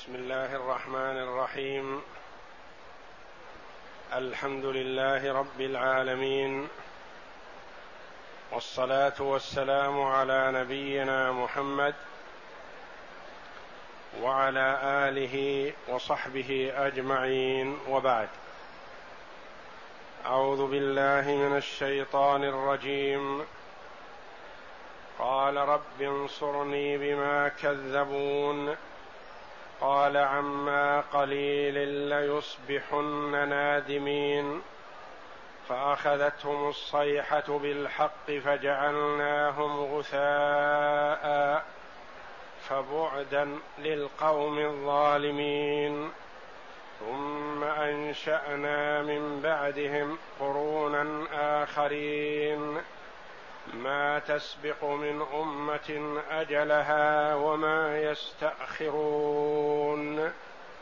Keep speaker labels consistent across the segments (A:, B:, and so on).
A: بسم الله الرحمن الرحيم. الحمد لله رب العالمين، والصلاة والسلام على نبينا محمد وعلى آله وصحبه أجمعين، وبعد. أعوذ بالله من الشيطان الرجيم. قال رب انصرني بما كذبون قال عما قليل ليصبحن نادمين فأخذتهم الصيحة بالحق فجعلناهم غثاء فبعدا للقوم الظالمين. ثم أنشأنا من بعدهم قرونا آخرين ما تسبق من أمة أجلها وما يستأخرون.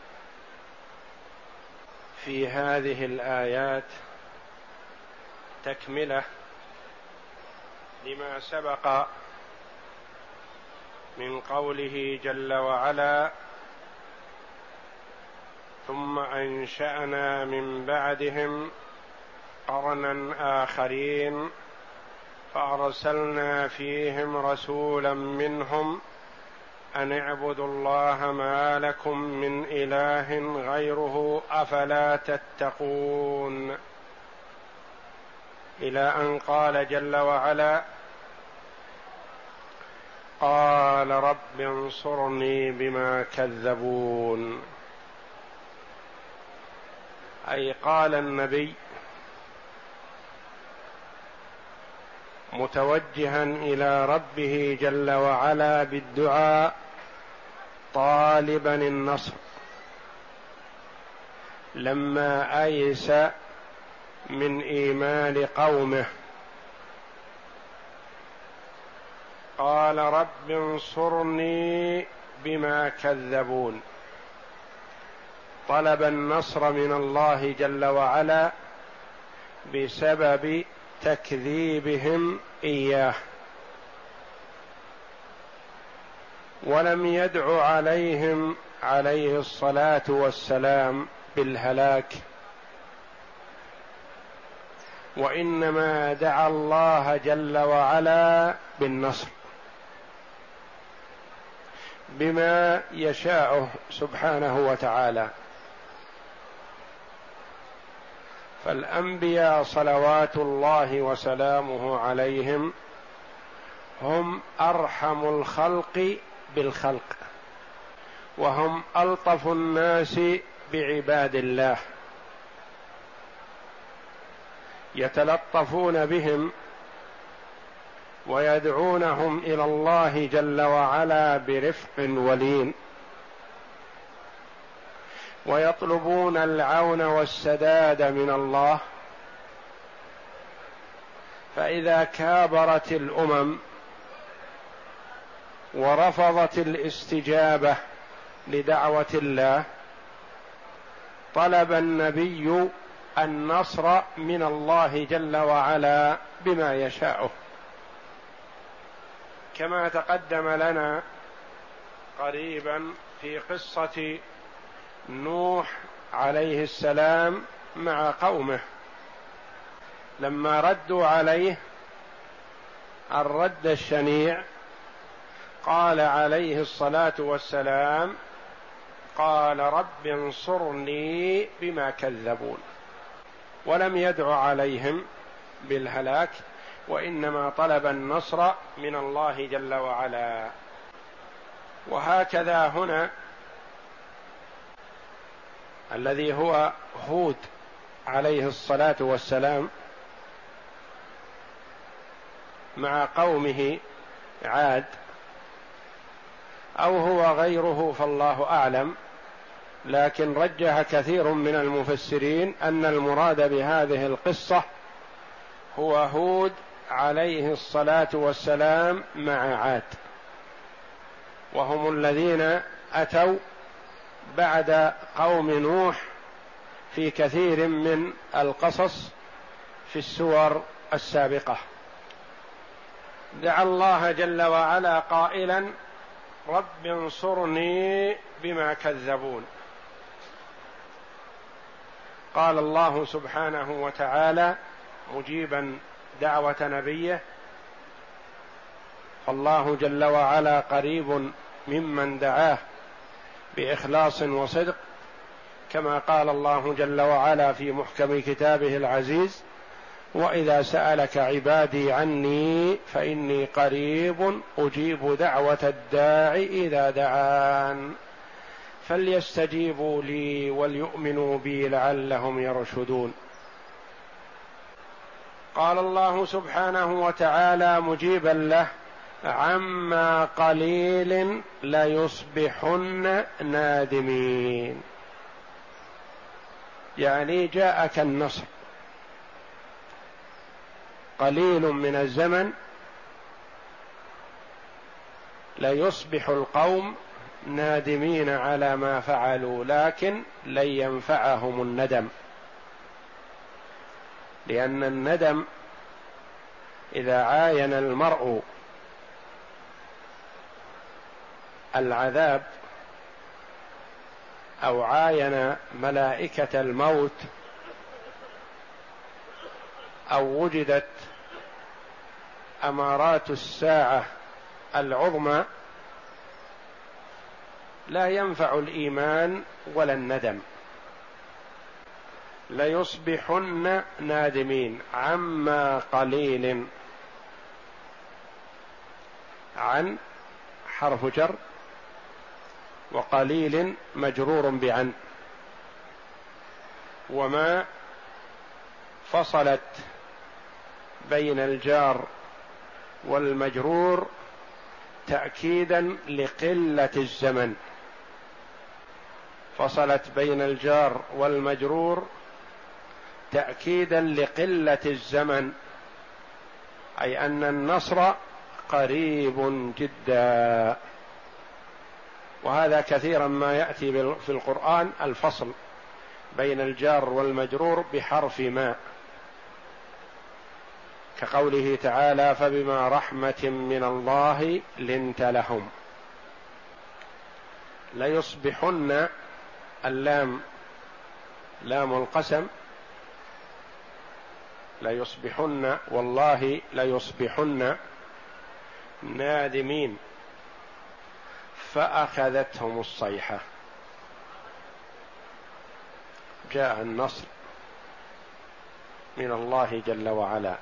A: في هذه الآيات تكملة لما سبق من قوله جل وعلا: ثم أنشأنا من بعدهم قرنا آخرين فأرسلنا فيهم رسولا منهم أن اعبدوا الله ما لكم من إله غيره أفلا تتقون، إلى أن قال جل وعلا: قال رب انصرني بما كذبون. أي قال النبي متوجها إلى ربه جل وعلا بالدعاء طالبا النصر، لما أيس من إيمان قومه قال رب انصرني بما كذبون، طلب النصر من الله جل وعلا بسبب تكذيبهم إياه، ولم يدع عليهم عليه الصلاة والسلام بالهلاك، وإنما دعا الله جل وعلا بالنصر بما يشاء سبحانه وتعالى. فالأنبياء صلوات الله وسلامه عليهم هم أرحم الخلق بالخلق، وهم ألطف الناس بعباد الله، يتلطفون بهم ويدعونهم إلى الله جل وعلا برفق ولين، ويطلبون العون والسداد من الله. فإذا كابرت الأمم ورفضت الاستجابة لدعوة الله طلب النبي النصر من الله جل وعلا بما يشاء، كما تقدم لنا قريبا في قصة نوح عليه السلام مع قومه، لما ردوا عليه الرد الشنيع قال عليه الصلاة والسلام: قال رب انصرني بما كذبون، ولم يدع عليهم بالهلاك، وإنما طلب النصر من الله جل وعلا. وهكذا هنا الذي هو هود عليه الصلاة والسلام مع قومه عاد، أو هو غيره فالله أعلم، لكن رجح كثير من المفسرين أن المراد بهذه القصة هو هود عليه الصلاة والسلام مع عاد، وهم الذين أتوا بعد قوم نوح في كثير من القصص في السور السابقة. دعا الله جل وعلا قائلا: رب انصرني بما كذبون. قال الله سبحانه وتعالى مجيبا دعوة نبيه: فالله جل وعلا قريب ممن دعاه بإخلاص وصدق، كما قال الله جل وعلا في محكم كتابه العزيز: وإذا سألك عبادي عني فإني قريب أجيب دعوة الداع إذا دعان فليستجيبوا لي وليؤمنوا بي لعلهم يرشدون. قال الله سبحانه وتعالى مجيبا له: عما قليل ليصبحن نادمين، يعني جاءك النصر، قليل من الزمن ليصبح القوم نادمين على ما فعلوا، لكن لن ينفعهم الندم، لأن الندم إذا عاين المرء العذاب أو عاين ملائكة الموت أو وجدت أمارات الساعة العظمى، لا ينفع الإيمان ولا الندم. ليصبحن نادمين، عما قليل، عن حرف جر، وقليل مجرور بعن، وما فصلت بين الجار والمجرور تأكيدا لقلة الزمن، فصلت بين الجار والمجرور تأكيدا لقلة الزمن، أي أن النصر قريب جدا. وهذا كثيرا ما يأتي في القرآن الفصل بين الجار والمجرور بحرف ما، كقوله تعالى: فبما رحمة من الله لنت لهم. ليصبحن، اللام لام القسم، ليصبحن والله ليصبحن نادمين فأخذتهم الصيحة. جاء النصر من الله جل وعلا،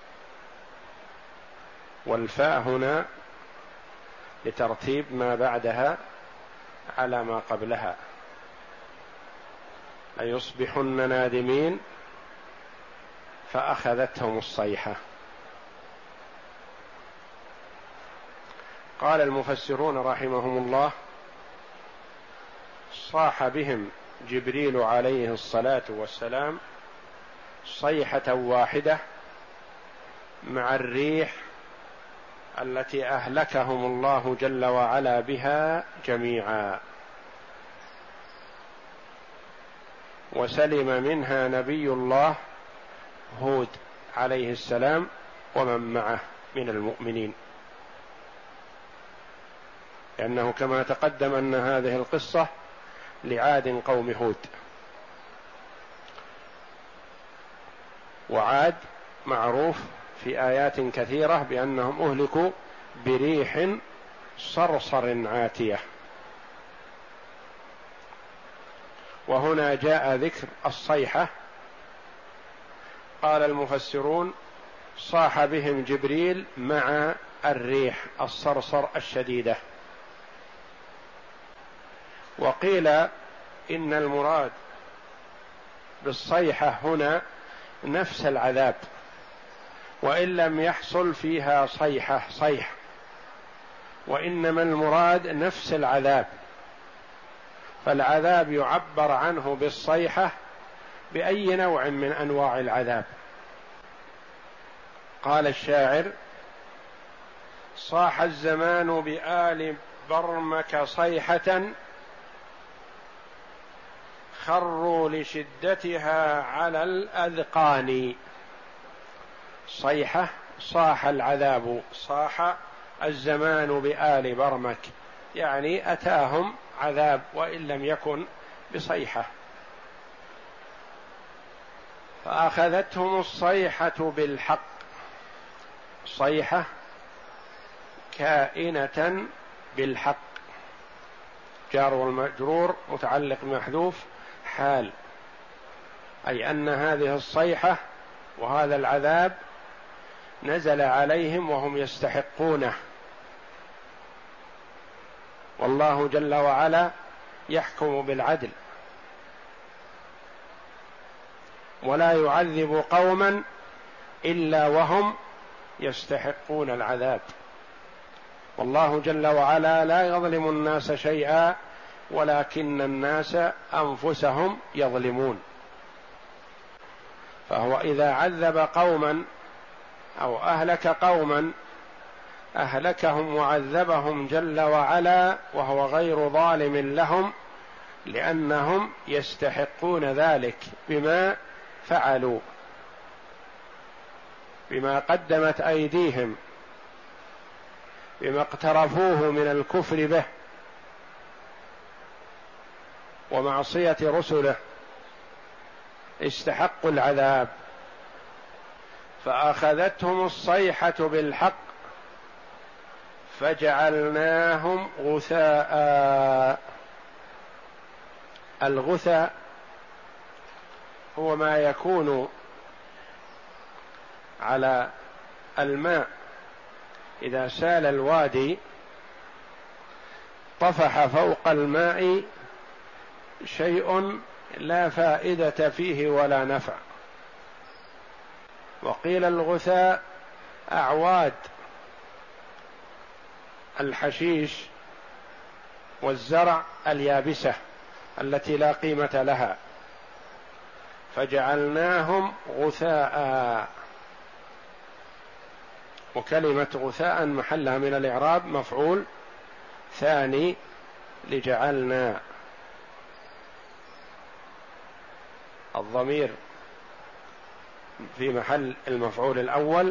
A: والفاء هنا لترتيب ما بعدها على ما قبلها. ليصبحن نادمين فأخذتهم الصيحة. قال المفسرون رحمهم الله: صاح بهم جبريل عليه الصلاة والسلام صيحة واحدة مع الريح التي أهلكهم الله جل وعلا بها جميعا، وسلم منها نبي الله هود عليه السلام ومن معه من المؤمنين، لأنه كما تقدم أن هذه القصة لعاد قوم هود، وعاد معروف في آيات كثيرة بأنهم أهلكوا بريح صرصر عاتية، وهنا جاء ذكر الصيحة. قال المفسرون: صاح بهم جبريل مع الريح الصرصر الشديدة. وقيل إن المراد بالصيحة هنا نفس العذاب، وإن لم يحصل فيها صيح، وإنما المراد نفس العذاب، فالعذاب يعبر عنه بالصيحة بأي نوع من أنواع العذاب. قال الشاعر: صاح الزمان بآل برمك صيحة خروا لشدتها على الأذقان. صيحة، صاح العذاب، صاح الزمان بآل برمك، يعني أتاهم عذاب وإن لم يكن بصيحة. فأخذتهم الصيحة بالحق، صيحة كائنة بالحق، جار والمجرور متعلق محذوف حال، أي أن هذه الصيحة وهذا العذاب نزل عليهم وهم يستحقونه، والله جل وعلا يحكم بالعدل ولا يعذب قوما إلا وهم يستحقون العذاب، والله جل وعلا لا يظلم الناس شيئا ولكن الناس أنفسهم يظلمون. فهو إذا عذب قوما أو أهلك قوما أهلكهم وعذبهم جل وعلا وهو غير ظالم لهم، لأنهم يستحقون ذلك بما فعلوا، بما قدمت أيديهم، بما اقترفوه من الكفر به ومعصية رسله، استحقوا العذاب. فأخذتهم الصيحة بالحق فجعلناهم غثاء. الغثاء هو ما يكون على الماء إذا سال الوادي طفح فوق الماء شيء لا فائدة فيه ولا نفع. وقيل الغثاء أعواد الحشيش والزرع اليابسة التي لا قيمة لها، فجعلناهم غثاء. وكلمة غثاء محلها من الإعراب مفعول ثاني لجعلنا، الضمير في محل المفعول الأول،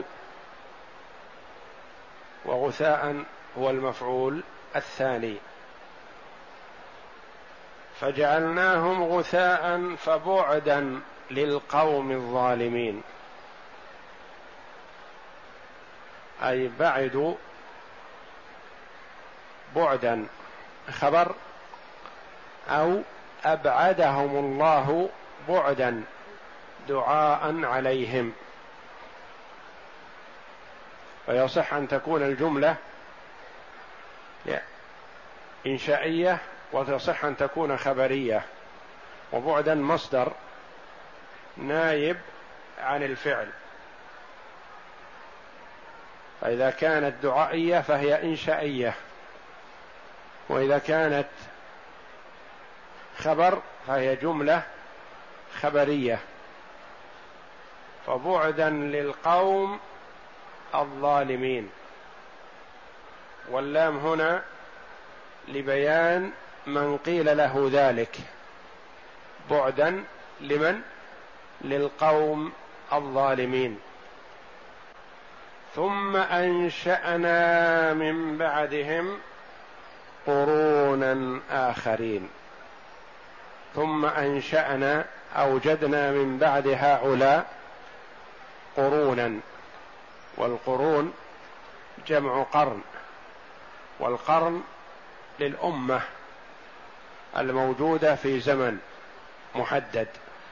A: وغثاء هو المفعول الثاني. فجعلناهم غثاء فبعدا للقوم الظالمين، أي بعدوا بعدا خبر، أو أبعدهم الله بعدا دعاء عليهم. فيصح أن تكون الجملة إنشائية وتصح أن تكون خبرية، وبعدا مصدر نايب عن الفعل، فإذا كانت دعائية فهي إنشائية، وإذا كانت خبر فهي جملة خبرية. فبعدا للقوم الظالمين، واللام هنا لبيان من قيل له ذلك، بعدا لمن؟ للقوم الظالمين. ثم أنشأنا من بعدهم قرونا آخرين. ثم أنشأنا أوجدنا من بعد هؤلاء قرونا، والقرون جمع قرن، والقرن للأمة الموجودة في زمن محدد.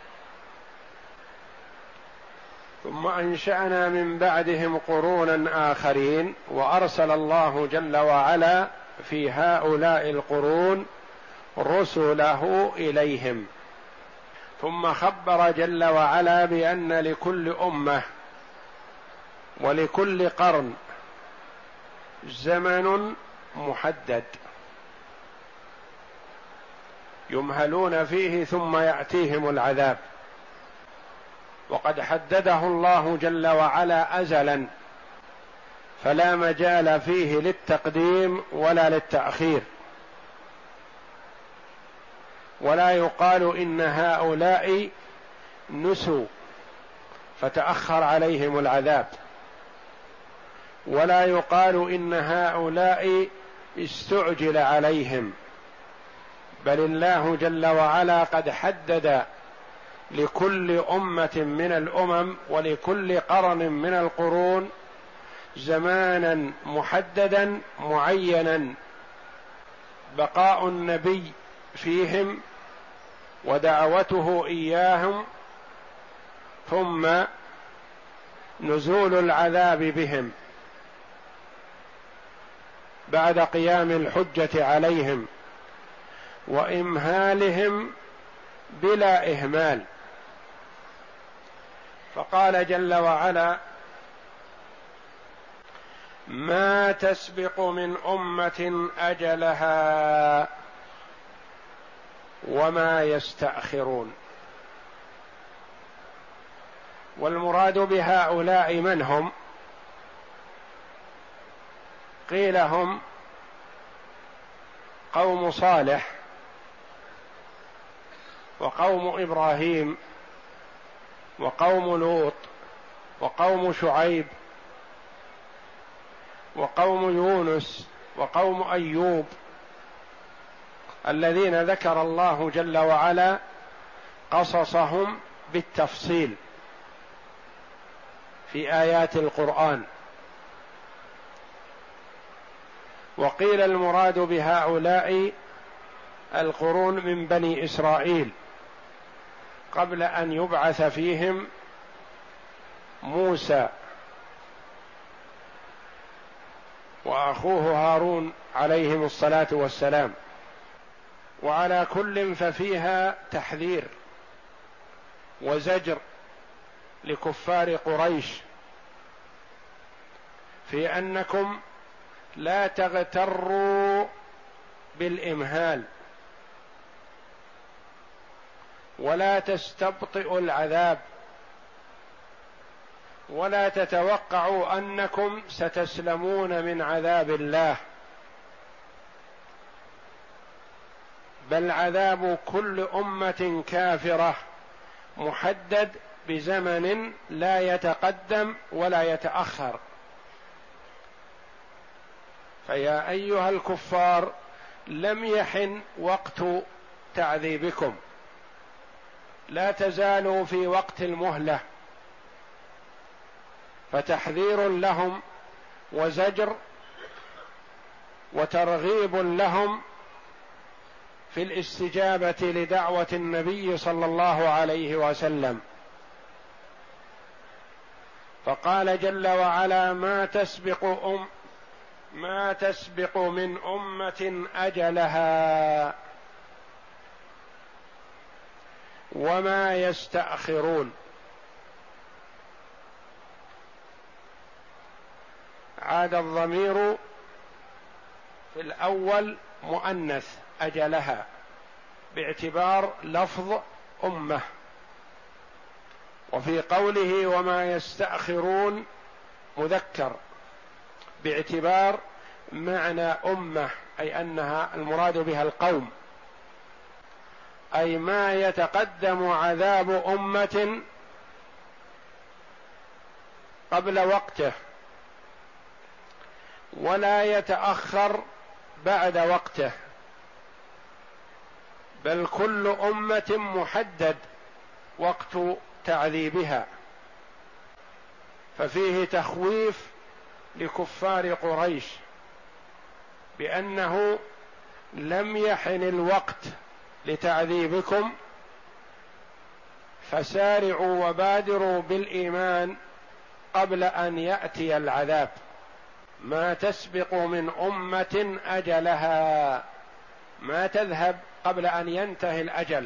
A: ثم أنشأنا من بعدهم قرونا آخرين، وأرسل الله جل وعلا في هؤلاء القرون رسله إليهم. ثم خبر جل وعلا بأن لكل أمة ولكل قرن زمن محدد يمهلون فيه ثم يأتيهم العذاب، وقد حدده الله جل وعلا أزلا، فلا مجال فيه للتقديم ولا للتأخير، ولا يقال إن هؤلاء نسوا فتأخر عليهم العذاب، ولا يقال إن هؤلاء استعجل عليهم، بل الله جل وعلا قد حدد لكل أمة من الأمم ولكل قرن من القرون زمانا محددا معينا بقاء النبي فيهم ودعوته إياهم، ثم نزول العذاب بهم بعد قيام الحجة عليهم وإمهالهم بلا إهمال. فقال جل وعلا: ما تسبق من أمة أجلها وما يستأخرون. والمراد بهؤلاء من هم؟ قيل هم قوم صالح وقوم إبراهيم وقوم لوط وقوم شعيب وقوم يونس وقوم أيوب، الذين ذكر الله جل وعلا قصصهم بالتفصيل في آيات القرآن. وقيل المراد بهؤلاء القرون من بني إسرائيل قبل أن يبعث فيهم موسى وأخوه هارون عليهم الصلاة والسلام. وعلى كل ففيها تحذير وزجر لكفار قريش في أنكم لا تغتروا بالإمهال ولا تستبطئوا العذاب ولا تتوقعوا أنكم ستسلمون من عذاب الله، بل عذاب كل أمة كافرة محدد بزمن لا يتقدم ولا يتأخر. فيا أيها الكفار لم يحن وقت تعذيبكم، لا تزالوا في وقت المهلة، فتحذير لهم وزجر وترغيب لهم في الاستجابة لدعوة النبي صلى الله عليه وسلم. فقال جل وعلا: ما تسبق من أمة أجلها وما يستأخرون. عاد الضمير في الأول مؤنث أجلها باعتبار لفظ أمة، وفي قوله وما يستأخرون مذكر باعتبار معنى أمة، أي أنها المراد بها القوم، أي ما يتقدم عذاب أمة قبل وقته ولا يتأخر بعد وقته، بل كل أمة محدد وقت تعذيبها. ففيه تخويف لكفار قريش بأنه لم يحن الوقت لتعذيبكم، فسارعوا وبادروا بالإيمان قبل أن يأتي العذاب. ما تسبق من أمة أجلها، ما تذهب قبل أن ينتهي الأجل،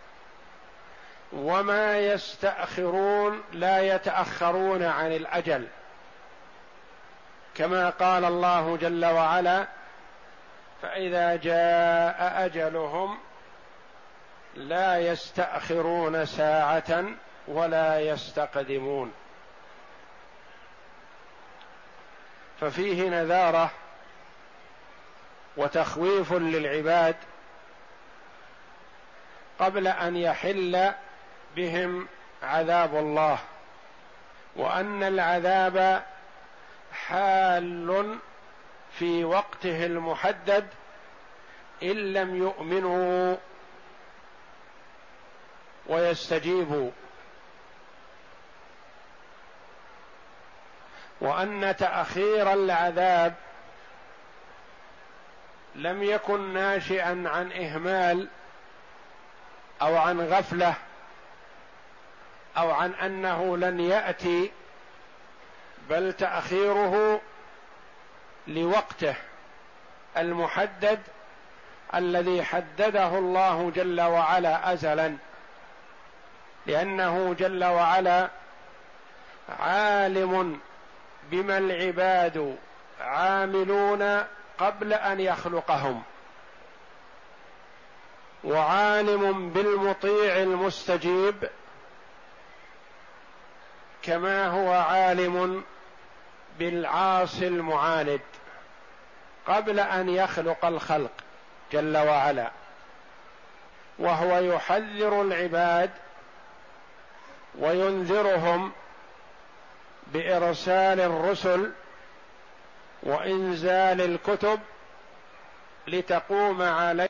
A: وما يستأخرون لا يتأخرون عن الأجل، كما قال الله جل وعلا: فإذا جاء أجلهم لا يستأخرون ساعة ولا يستقدمون. ففيه نذارة وتخويف للعباد قبل أن يحل بهم عذاب الله، وأن العذاب حال في وقته المحدد إن لم يؤمنوا ويستجيبوا، وأن تأخير العذاب لم يكن ناشئا عن إهمال أو عن غفلة أو عن أنه لن يأتي، بل تأخيره لوقته المحدد الذي حدده الله جل وعلا أزلا، لأنه جل وعلا عالم بما العباد عاملون قبل أن يخلقهم، وعالم بالمطيع المستجيب كما هو عالم بالعاصي المعاند قبل أن يخلق الخلق جل وعلا. وهو يحذر العباد وينذرهم بإرسال الرسل وإنزال الكتب لتقوم عليه